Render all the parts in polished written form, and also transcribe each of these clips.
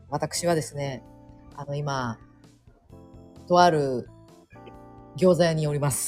私はですね、今、とある餃子屋におります。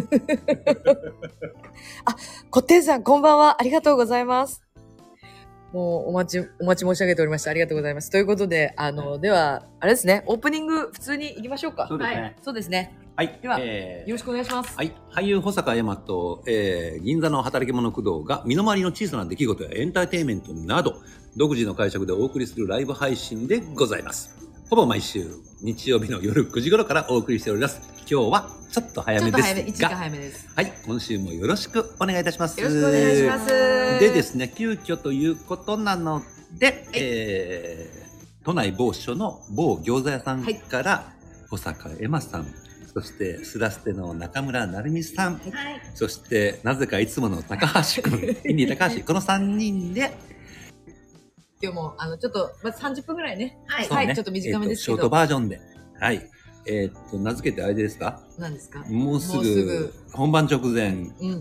あ、こってんさん、こんばんは。ありがとうございます。もうお待ち申し上げておりました。ありがとうございます。ということで、では、あれですね、オープニング、普通に行きましょうか。 そうですね。 はい、そうですね。 はい。 では、よろしくお願いします。 はい。俳優、保坂山と、銀座の働き者工藤が、身の回りの小さな出来事やエンターテインメントなど、独自の解釈でお送りするライブ配信でございます。ほぼ毎週、日曜日の夜9時頃からお送りしております。今日はちょっと早めですが、 1時間早めです。 はい。今週もよろしくお願いいたします。 よろしくお願いします。 でですね、急遽ということなので、都内某所の某餃子屋さんから、保坂エマさん、そしてスラステの中村成美さん、はい、そしてなぜかいつもの高橋くん、インディ高橋、この3人で今日もちょっとまず30分ぐらいね、はい、 はい、 ちょっと短めですけど、 ショートバージョンで、はい、名付けてあれですか？ 何ですか？ もうすぐ本番直前、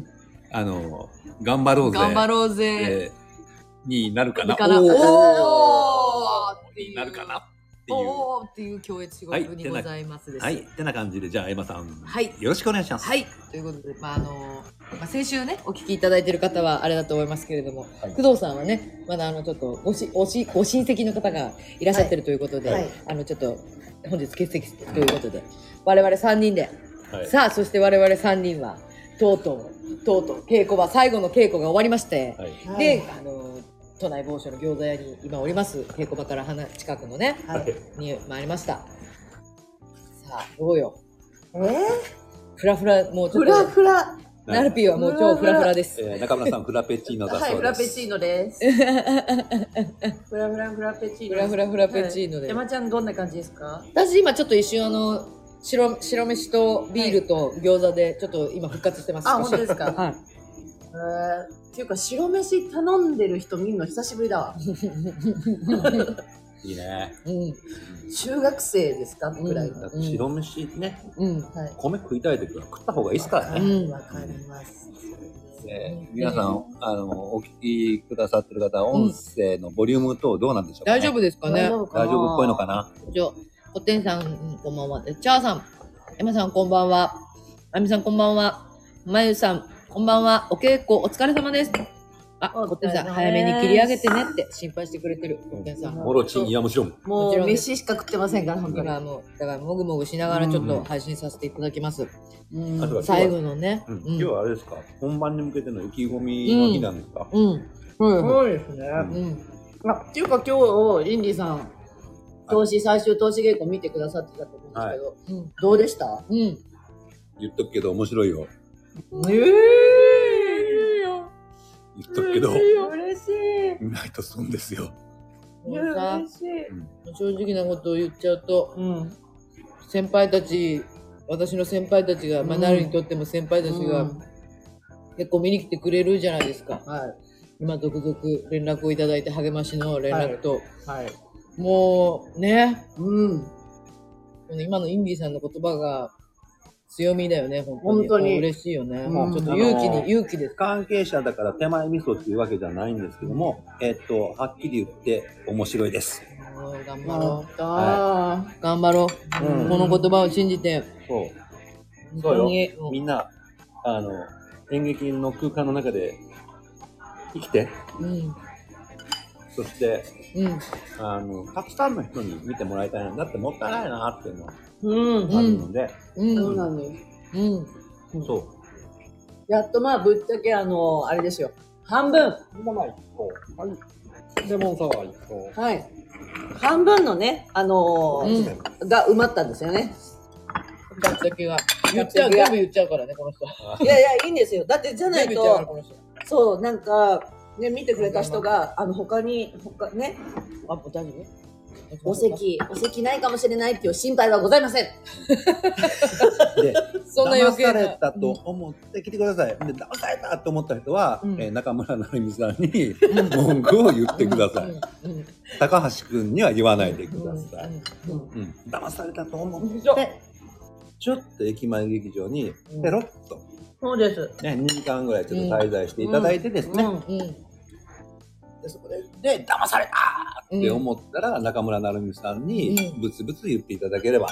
頑張ろうぜ、 頑張ろうぜ、 になるかな。 おーになるかな。 っていう共越仕事にございますです。 はい、てな感じで、じゃあ、エマさん、 はい、 よろしくお願いします。 はい、ということで、先週ね、お聞きいただいている方はあれだと思いますけれども、はい、工藤さんはね、まだちょっとご親戚の方がいらっしゃってるということで、はい、ちょっと本日欠席ということで、我々3人で、はい、さあ、そして我々3人は、とうとう稽古場、最後の稽古が終わりまして、はい、で、都内某所の餃子屋に今おります。稽古場から近くのね、はい、に参りました。さあ、どうよ。フラフラ、もうちょっと。フラフラ。ナルピーはもう超フラフラです。 中村さん、フラペチーノだそうです。 はい、フラペチーノです。フラペチーノ。 フラペチーノで。 山ちゃんどんな感じですか？ 私今ちょっと一瞬白飯とビールと餃子でちょっと今復活してます。 あ、本当ですか？ はい。 っていうか白飯頼んでる人見るの久しぶりだわ。 いいね。 中学生ですかくらいの。 白飯ね。米食いたいときは食った方がいいですからね。わかります。 皆さんお聞きくださってる方、音声のボリューム等どうなんでしょうか？ 大丈夫ですかね？ 大丈夫っぽいのかな？ こってんさんこんばんは。チャーさん、エマさんこんばんは。あみさんこんばんは。まゆさんこんばんは。お稽古お疲れ様です。あ、こってんさん、早めに切り上げてねって心配してくれてる。こってんさん。 もろちん、いやもちろん。 もう飯しか食ってませんから、 本当に。今もう、だからもぐもぐしながらちょっと配信させていただきます。最後のね。 今日はあれですか、本番に向けての意気込みの日なんですか？ そうですね。っていうか今日、インディさん、最終投資稽古見てくださってたと思うんですけど、どうでした？ 言っとくけど面白いよ。言っとくけど、 嬉しい。 見ないと損ですよ。 嬉しい。 正直なことを言っちゃうと、私の先輩たちが、なるにとっても先輩たちが結構見に来てくれるじゃないですか。今続々連絡をいただいて励ましの連絡と、もうね、今のインディさんの言葉が強みだよね、本当に。嬉しいよね。ちょっと勇気です。 関係者だから手前味噌っていうわけじゃないんですけども、はっきり言って面白いです。 頑張ろう。頑張ろう。この言葉を信じて。 そうよ。みんな、演劇の空間の中で生きて、そして、たくさんの人に見てもらいたいな。だってもったいないなっていうのはあるので。 そうなのよ。 そう。 やっとぶっちゃけあれですよ。半分。 レモンサワー1個。 はい。半分のね、が埋まったんですよね。 ぶっちゃけが。全部言っちゃうからね、この人。 いや、いいんですよ。だってじゃないと、そう、なんか、ね、見てくれた人が、他ね、 大丈夫？ お席ないかもしれないっていう心配はございません。 で、 そんな余計な。 騙されたと思って来てください。で、騙されたと思った人は、中村成美さんに文句を言ってください。高橋くんには言わないでください。騙されたと思って、ちょっと駅前劇場にペロッと、 そうです。 ね、2時間ぐらいちょっと滞在していただいてですね。 でそこで騙されたって思ったら、中村成美さんにブツブツ言っていただければ、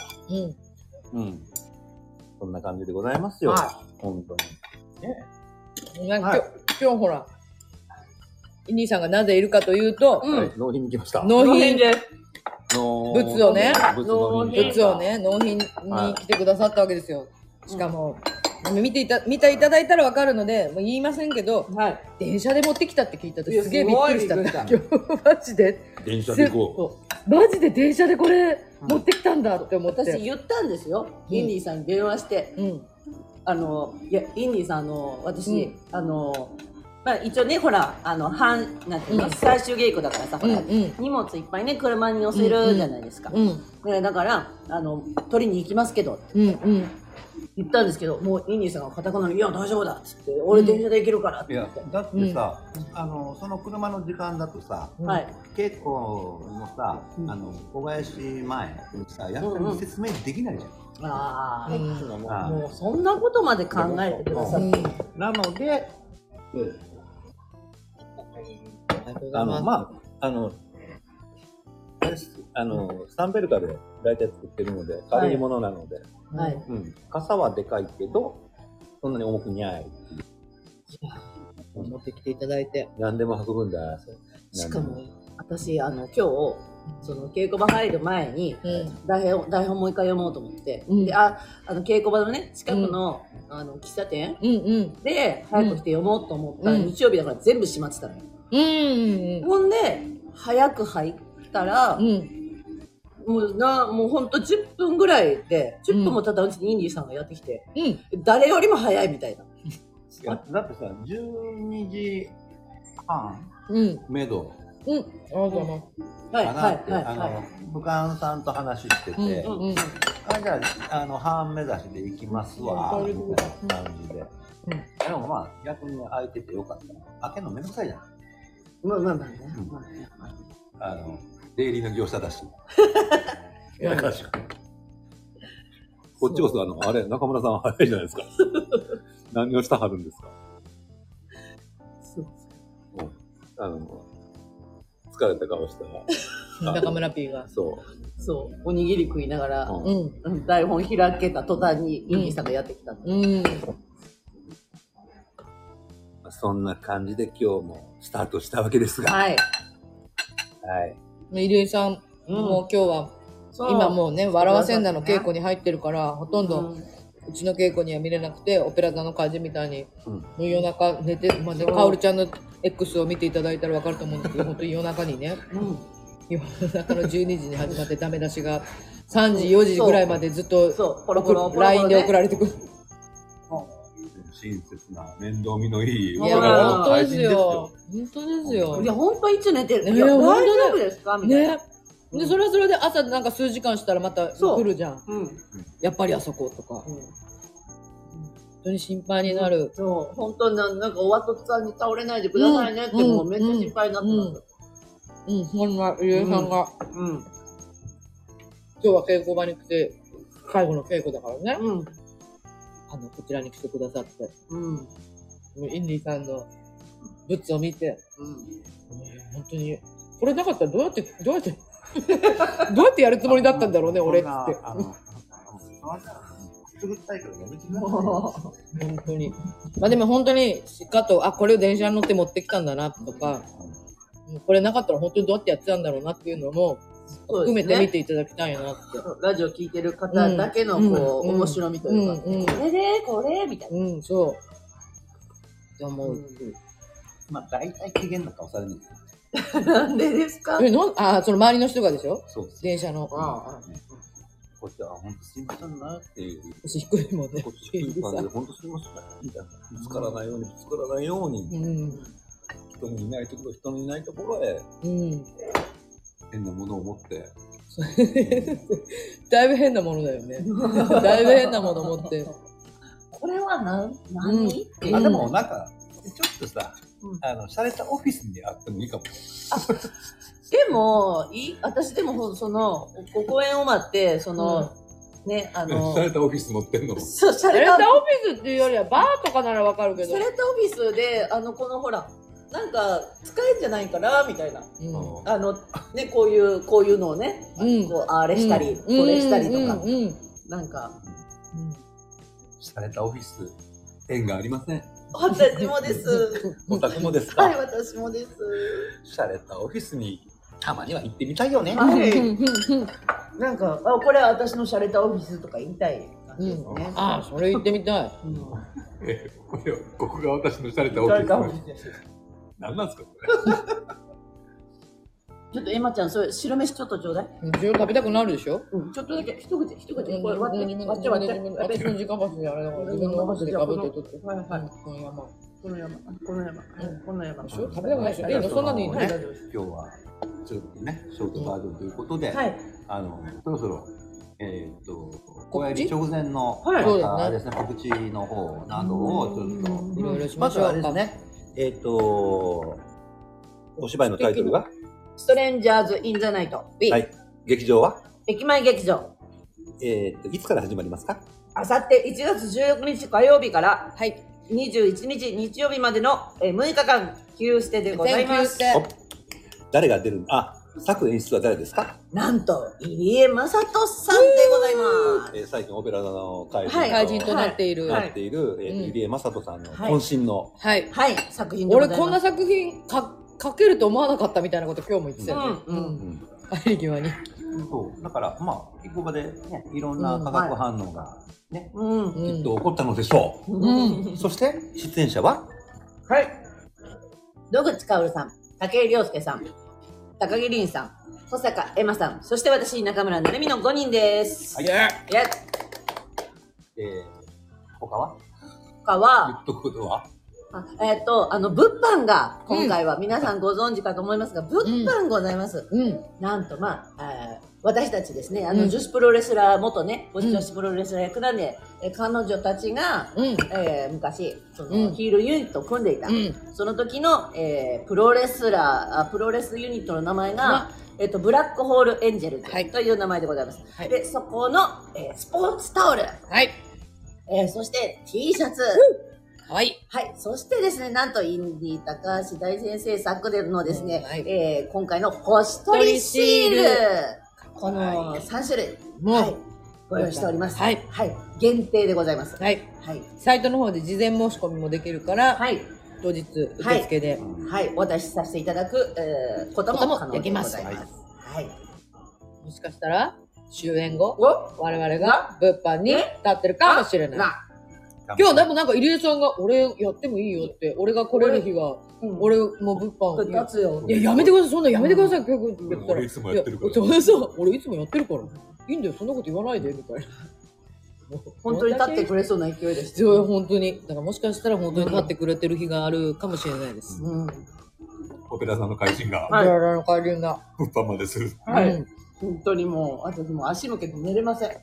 そんな感じでございますよ、本当に。 今日ほら、イニーさんがなぜいるかというと、 納品に来ました。 納品で物をね、納品に来てくださったわけですよ。しかも、見ていただいたらわかるので、もう言いませんけど、電車で持ってきたって聞いたとすげえびっくりした。今日マジで。電車でこう。マジで電車でこれ持ってきたんだって思って。 私言ったんですよ。インディさんに電話して、いや、インディさん私、まあ一応ね、ほら、なんていうの、最終稽古だからさ、ほら、荷物いっぱいね、車に乗せるじゃないですか。だから、取りに行きますけど、言ったんですけど、もうインディさんがカタカナに、いや、大丈夫だっつって、俺電車で行けるからって言って。 だってさ、その車の時間だとさ、稽古のさ、小林前にさ、やったり説明できないじゃん。 もうそんなことまで考えてくださって。 なので、スタンベルカで大体作ってるので、軽いものなので、傘はでかいけど、そんなに重くないっていう。 持ってきていただいて。 何でも運ぶんだ。 しかも、私、今日、その稽古場入る前に、台本もう一回読もうと思って、で、稽古場のね、近くの、喫茶店で、早く来て読もうと思ったら、日曜日だから全部閉まってたのよ。ほんで、早く入ったら、もうほんと10分ぐらいで、10分も経ったうちにインディさんがやってきて、誰よりも早いみたいな。 だってさ、12時半、めど。武漢さんと話してて、じゃあ、半目指しで行きますわ、みたいな感じで。でもまあ、逆に空いててよかった。開けるのめんどくさいじゃん。出入りの業者だし。こっちこそ、あれ、中村さん早いじゃないですか。何をしたはるんですか。疲れた顔した中村 P が。 そう、おにぎり食いながら、台本開けた途端にインディさんがやってきた。 そんな感じで今日もスタートしたわけですが。 入江さん、もう今日は、今もうね、笑わせんなの稽古に入ってるから、ほとんど、うちの稽古には見れなくて、オペラ座の感じみたいに、夜中寝て、かおるちゃんの X を見ていただいたらわかると思うんですけど、本当に夜中にね、夜中の12時に始まってダメ出しが、3時、4時ぐらいまでずっと、LINE で送られてくる。 親切な面倒見のいい。 いや、本当ですよ。本当ですよ。 いや、本当いつ寝てる。いや、大丈夫ですかみたいな。 で、それはそれで朝なんか数時間したらまた来るじゃん。やっぱりあそことか。本当に心配になる。 そう、本当になんかおわとさんに倒れないでくださいねってもうめっちゃ心配になってます。 そんな、ゆえさんが。今日は稽古場に来て、介護の稽古だからね。こちらに来てくださって。インディさんのブツを見て、本当に、これなかったらどうやってやるつもりだったんだろうね、俺って。本当に。まあでも本当に、しかと、これを電車に乗って持ってきたんだな、とか、これなかったら本当にどうやってやってたんだろうなっていうのも、含めて見ていただきたいなって。 ラジオ聞いてる方だけの、面白みというか、これで、これみたいな。 そう。って思う。 まあ、大体機嫌な顔されるんですよ。 なんでですか？ その周りの人がでしょ？ そう。 電車の。 こっちは、ほんとすいませんなっていう。 腰低いもんね。 こっち低い感じで、ほんとすいませんみたいな。ぶつからないように、人のいないところへ、変なものを持って。 だいぶ変なものだよね。だいぶ変なもの持って。 これは何？ でもなんか、ちょっとさ、洒落たオフィスにあってもいいかも。 でも、私でも、ご公演終わって、ね、 洒落たオフィス持ってんの？ そう、 洒落たオフィスっていうよりは、バーとかならわかるけど。 洒落たオフィスで、このほら、 なんか使えんじゃないかなみたいな、ね、こういうのをね、こうあれしたり、これしたりとか、なんか洒落たオフィス縁がありません。 私もです。 お宅もですか？ はい、私もです。 洒落たオフィスにたまには行ってみたいよね。 はい。なんかこれは私の洒落たオフィスとか言いたい感じですね。 ああ、それ言ってみたい。 ここが私の洒落たオフィス。何なんですかこれ。 ちょっとエマちゃん、それ白飯ちょっとちょうだい。 白食べたくなるでしょ。 ちょっとだけ一口これ割って私の時間箸であれだから自分のお箸でかぶって取って。はいはい。この山でしょ。食べたくないでしょ。いいの、そんなのいいの。 今日はちょっとねショートバージョンということで、そろそろ公演直前のあれですね、告知の方などをちょっといろいろしましょうかね。 お芝居のタイトルがストレンジャーズ・イン・ザ・ナイト。 はい。劇場は駅前劇場。 いつから始まりますか？ あさって1月16日火曜日から21日日曜日までの6日間休捨てでございます。 誰が出る？作演出は誰ですか？ なんと入江雅人さんでございます。 最近オペラ座の怪人となっている入江雅人さんの渾身の作品でございます。 俺こんな作品書けると思わなかったみたいなこと今日も言ってたよね。帰り際に。 そうだから一個場でねいろんな化学反応がねきっと起こったのでしょう。そして出演者は野口薫さん、武井亮介さん、高木凛さん、保坂エマさん、そして私中村成美の5人です。 他は言っとくことは物販が今回は皆さんご存知かと思いますが、物販ございます。なんと私たちですね、女子プロレスラー、元ね、女子プロレスラー役なんで、彼女たちが、昔、ヒールユニットを組んでいた。その時の、プロレスユニットの名前が、ブラックホールエンジェルズという名前でございます。で、そこの、スポーツタオル。そして T シャツ。そしてですね、なんとインディ高橋大先生作でのですね、今回の星取りシール。この3種類、ご用意しております。限定でございます。 サイトの方で事前申し込みもできるから、当日受付で、お出しさせていただくことも可能でございます。 もしかしたら終演後、我々が物販に立ってるかもしれない。今日でもなんか入江さんが俺やってもいいよって、俺が来れる日は俺も物販立つよ。 いややめてください、そんなやめてください。 俺いつもやってるから。 俺いつもやってるからいいんだよ、そんなこと言わないでみたいな。 本当に立ってくれそうな勢いです。 本当にだからもしかしたら本当に立ってくれてる日があるかもしれないです。 オペラ座の怪人が物販までする。 本当にもう私も足向けて寝れません。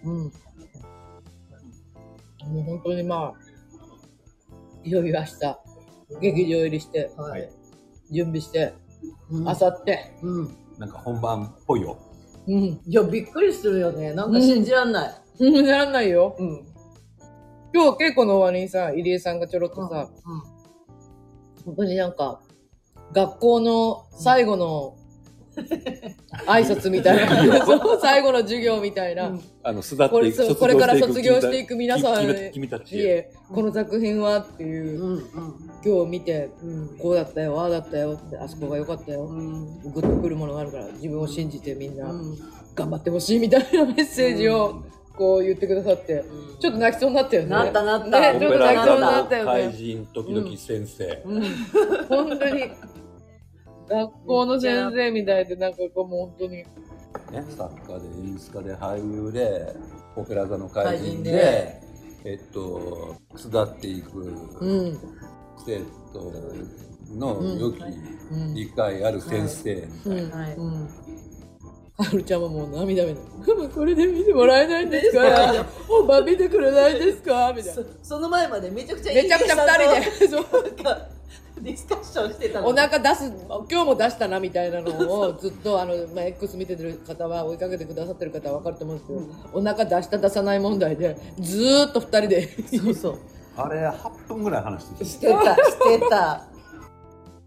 もう本当にいよいよ明日劇場入りして、準備して、あさって、 なんか本番っぽいよ。 いやびっくりするよね。なんか信じらんない。 信じらんないよ。今日稽古の終わりにさ、入江さんがちょろっとさ、本当になんか学校の最後の挨拶みたいな最後の授業みたいな、これから卒業していく皆さん君たちこの作品はっていう、今日見て、こうだったよ、ああだったよって、あそこが良かったよ、グッとくるものがあるから自分を信じてみんな頑張ってほしいみたいなメッセージをこう言ってくださって、ちょっと泣きそうになったよね。 なったね、 ちょっと泣きそうになったよね。 怪人時々先生、 本当に学校の先生みたいで、なんかもう本当にね、作家で演出家で俳優でオペラ座の怪人で巣立っていく生徒の良き理解ある先生みたいな。 カオルちゃんはもう涙目でこれで見てもらえないんですか本番見てくれないですかみたいな。 その前までめちゃくちゃ 2人でディスカッションしてたの。 お腹出す、今日も出したなみたいなのをずっとX 見てる方は、追いかけてくださってる方は分かると思うんですけど、お腹出した出さない問題でずーっと2人でそうあれ8分ぐらい話してた。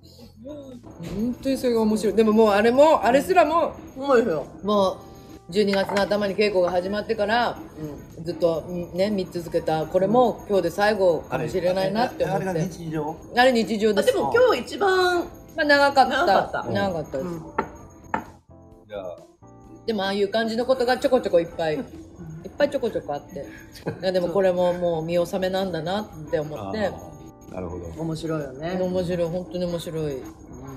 本当にそれが面白い。でももうあれすらも、 そうですよ。 もう12月の頭に稽古が始まってから、ずっとね、見続けた、これも今日で最後かもしれないなって思って。 あれが日常？ あれ日常です。 でも今日一番、 まあ長かった。 長かったです。 じゃあでもああいう感じのことがちょこちょこいっぱいちょこちょこあって。いやでもこれももう見納めなんだなって思って。 なるほど。 面白いよね。 面白い、本当に面白い。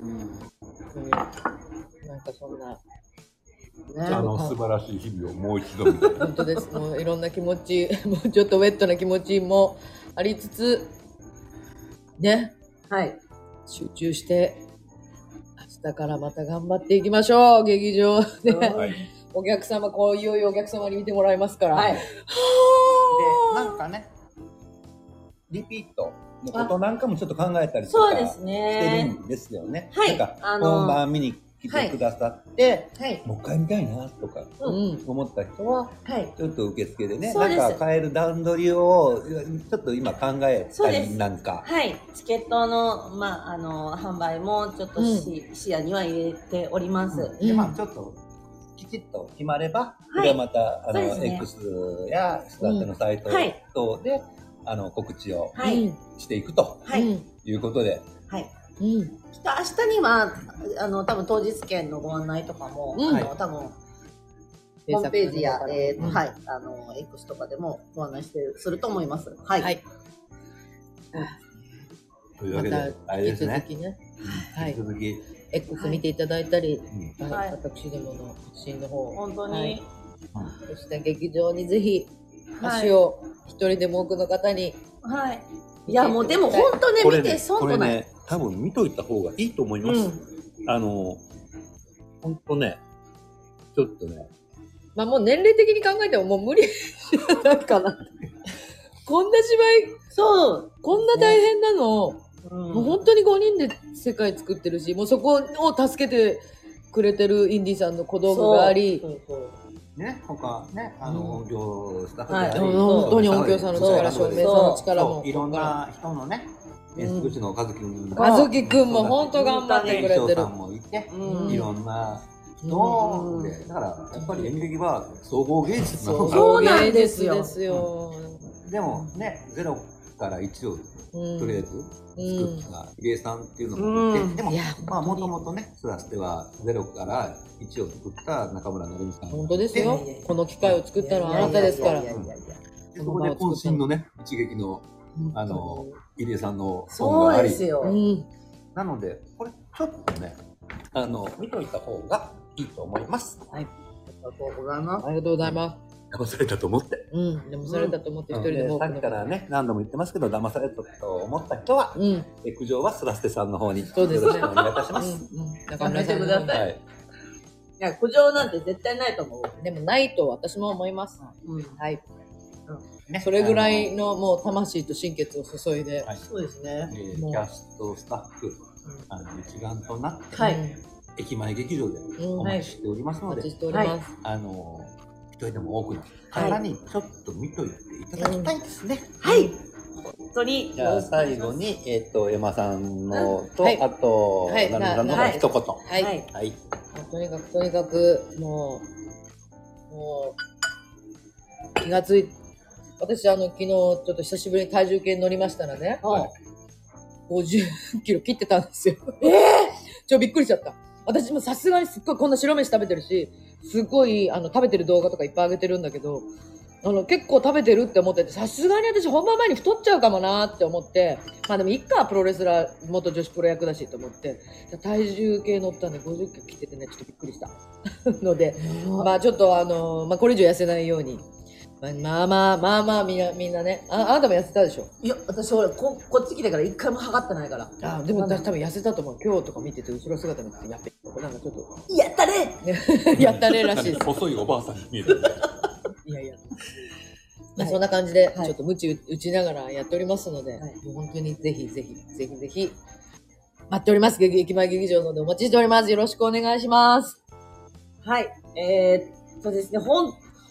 なんかそんな。 素晴らしい日々をもう一度みたいな。 本当です。もういろんな気持ち、もうちょっとウェットな気持ちもありつつ、ね。 はい。 集中して、明日からまた頑張っていきましょう、劇場で。はい、お客様、いよいよお客様に見てもらいますから。はい。で、 なんかね、リピートのことなんかもちょっと考えたりとかしてるんですよね。はい。なんか、本番見に来てくださって、もう一回見たいなとか思った人は、ちょっと受付でね、なんか変える段取りをちょっと今考えたりなんか。 はい。チケットの、販売もちょっと視野には入れております。 で、ちょっときちっと決まれば、これはまた、X やスタッフのサイト等で、告知をしていくということで。はい。明日には、多分当日券のご案内とかも、多分、ホームページや、X とかでもご案内すると思います。はい。 というわけで、あれですね。 引き続き、X 見ていただいたり、私どもの発信の方、 本当に。 そして劇場にぜひ、足を一人でも多くの方に。 はい。いや、もうでも本当ね、見て損とない。 多分見といた方がいいと思います。本当ね、ちょっとね。 もう年齢的に考えてももう無理じゃないかな。こんな芝居、こんな大変なの、もう本当に5人で世界作ってるし、もうそこを助けてくれてるインディさんの小道具があり、 ね、他ね、音響スタッフであり、 本当に音響さんの力、照明さんの力も。 いろんな人のね、うちの和樹くんも本当頑張ってくれてる。 さんもいて、いろんな人で、だからやっぱり演劇は総合芸術なのか。 そうなんですよ。 でもね、0から1をとりあえず作った入江さんっていうのもいて、でももともとね、スラステは0から1を作った中村成美さん。 本当ですよ。この機械を作ったのはあなたですから。 そこで渾身のね、一撃の入江さんの本があり。 そうですよ。 なので、これちょっとね、見といた方がいいと思います。 はい。ありがとうございます。 ありがとうございます。 騙されたと思って。 騙されたと思って一人でも。 さっきからね、何度も言ってますけど、騙されたと思った人は、苦情はスラステさんの方に。 そうですね。 お願いいたします。 やめてください。いや、苦情なんて絶対ないと思う。 でもないと私も思います。はい。それぐらいのもう魂と心血を注いで。 そうですね。 キャスト、スタッフ、一丸となって、駅前劇場でお待ちしておりますので、一人でも多くの方にちょっと見といていただきたいですね。 はい。本当に。 じゃあ最後に、エマさんのと、あと、ナミさんの一言。はい。 とにかく、もう、気がつい、私昨日ちょっと久しぶりに体重計に乗りましたらね、50キロ切ってたんですよ。びっくりしちゃった。私もさすがにすっごいこんな白飯食べてるし、すっごい食べてる動画とかいっぱい上げてるんだけど、結構食べてるって思ってて、さすがに私本番前に太っちゃうかもなーって思って、でもいっか、プロレスラー、元女子プロ役だしと思って、体重計乗ったんで50キロ切っててね、ちょっとびっくりした。ので、ちょっとこれ以上痩せないように。まあまあみんなね。あなたも痩せたでしょ？ いや、私こっち来てから一回も測ってないから。 でも私多分痩せたと思う。今日とか見てて後ろ姿見てて、やっぱりなんかちょっと。 やったねやったねらしいです。 細いおばあさんに見える。 いや。そんな感じで、ちょっとムチ打ちながらやっておりますので、もう本当にぜひ、待っております。駅前劇場のでお待ちしております。よろしくお願いします。 はい。そうですね。本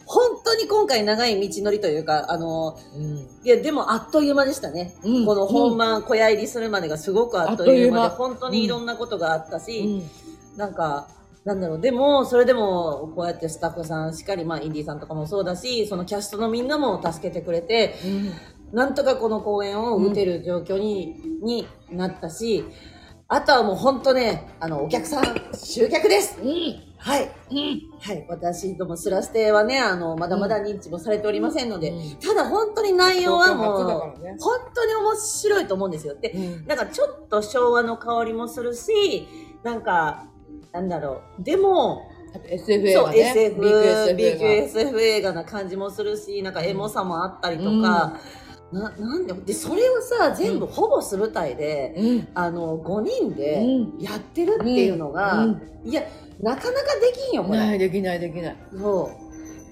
本当に今回長い道のりというか、いや、でもあっという間でしたね。この本番、小屋入りするまでがすごくあっという間で、本当にいろんなことがあったし、なんか、なんだろう、でも、それでも、こうやってスタッフさんしっかり、インディーさんとかもそうだし、そのキャストのみんなも助けてくれて、なんとかこの公演を打てる状況になったし、あとはもう本当ね、お客さん、集客です。はい。はい。私どもスラステはね、まだまだ認知もされておりませんので、ただ本当に内容はもう、本当に面白いと思うんですよ。で、なんかちょっと昭和の香りもするし、なんか、なんだろう。でも、 SF 映画ね。 B 級 SF 映画な感じもするし、なんかエモさもあったりとか、なんで、それをさ、全部ほぼ素舞台で、5人でやってるっていうのが、いや、なかなかできんよ、これ。 できない。そう。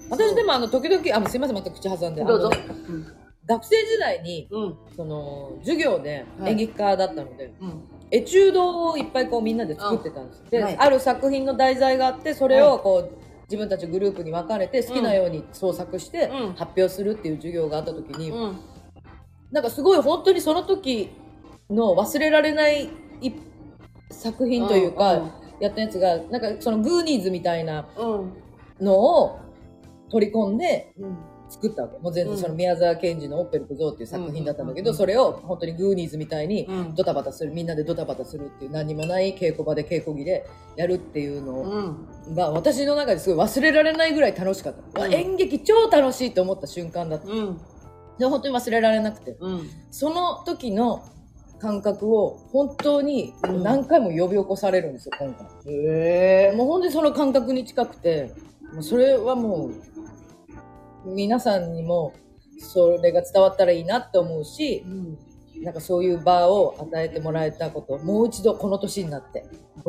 私でも時々、すいません、また口挟んで。 どうぞ。 学生時代に、授業で演劇家だったので、エチュードをいっぱいこうみんなで作ってたんです。で、ある作品の題材があって、それをこう、自分たちグループに分かれて好きなように創作して発表するっていう授業があった時に、なんかすごい本当にその時の忘れられない作品というか、やったやつが、なんかそのグーニーズみたいなのを取り込んで作ったわけ。もう全然その宮沢賢治のオッペルクゾーっていう作品だったんだけど、それを本当にグーニーズみたいにドタバタする、みんなでドタバタするっていう何もない稽古場で稽古着でやるっていうのが私の中ですごい忘れられないぐらい楽しかった。演劇超楽しいと思った瞬間だった。で本当に忘れられなくて、その時の感覚を本当に何回も呼び起こされるんですよ、今回。もう本当にその感覚に近くて、もうそれはもう皆さんにもそれが伝わったらいいなって思うし、なんかそういう場を与えてもらえたこと、もう一度この年になって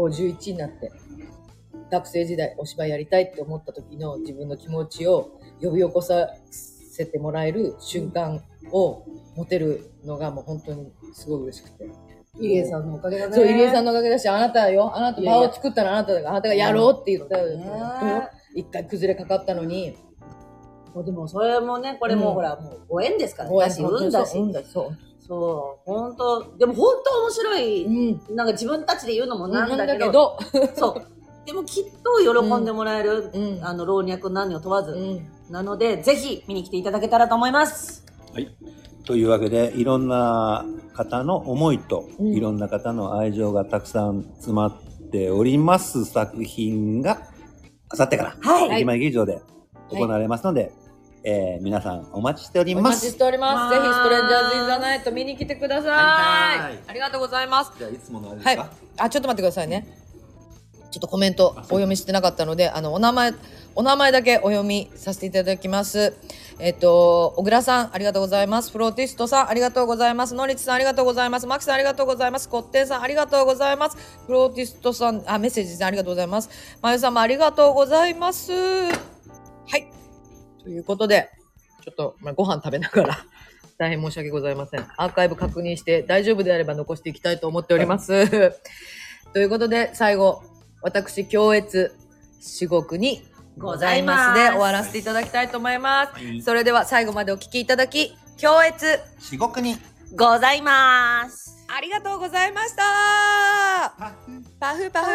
51になって学生時代お芝居やりたいって思った時の自分の気持ちを呼び起こさせてもらえる瞬間を持てるのがもう本当にすごい嬉しくて。 入江さんのおかげだね。 そう、入江さんのおかげだし、あなたよ、あなた場を作ったのあなただから、あなたがやろうって言ったら、一回崩れかかったのに。 でもそれもね、これもほら、もうご縁ですからね。運だし。そう、本当でも本当面白い、なんか自分たちで言うのもなんだけど、そう。でもきっと喜んでもらえる、老若男女問わず。なので、ぜひ見に来ていただけたらと思います。 はい。というわけで、いろんな方の思いと、いろんな方の愛情がたくさん詰まっております作品が、あさってから、駅前劇場で行われますので、皆さんお待ちしております。 お待ちしております。ぜひストレンジャーズ・イン・ザ・ナイト見に来てください。ありがとうございます。 じゃあ、いつものあれですか？ はい。ちょっと待ってくださいね。ちょっとコメントお読みしてなかったので、お名前だけお読みさせていただきます。小倉さん、ありがとうございます。フローティストさん、ありがとうございます。ノリツさん、ありがとうございます。マキさん、ありがとうございます。コッテンさん、ありがとうございます。フローティストさん、メッセージですね、ありがとうございます。まゆさんもありがとうございます。はい。ということで、ちょっと、ご飯食べながら、大変申し訳ございません。アーカイブ確認して大丈夫であれば残していきたいと思っております。ということで、最後、私、共越至極にございますで終わらせていただきたいと思います。それでは最後までお聞きいただき、共越至極にございます。 ありがとうございました。パフパフ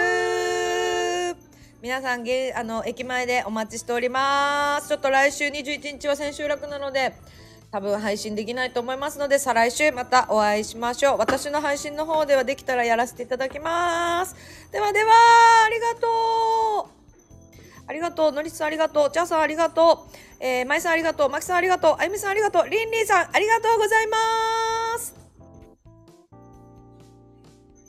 皆さん、駅前でお待ちしております。ちょっと来週21日は千秋楽なので、多分配信できないと思いますので、再来週またお会いしましょう。私の配信の方ではできたらやらせていただきます。ではでは、ありがとう。ありがとう。のりつさんありがとう。ちゃーさんありがとう。まいさんありがとう。まきさんありがとう。あゆみさんありがとう。りんりんさんありがとうございます。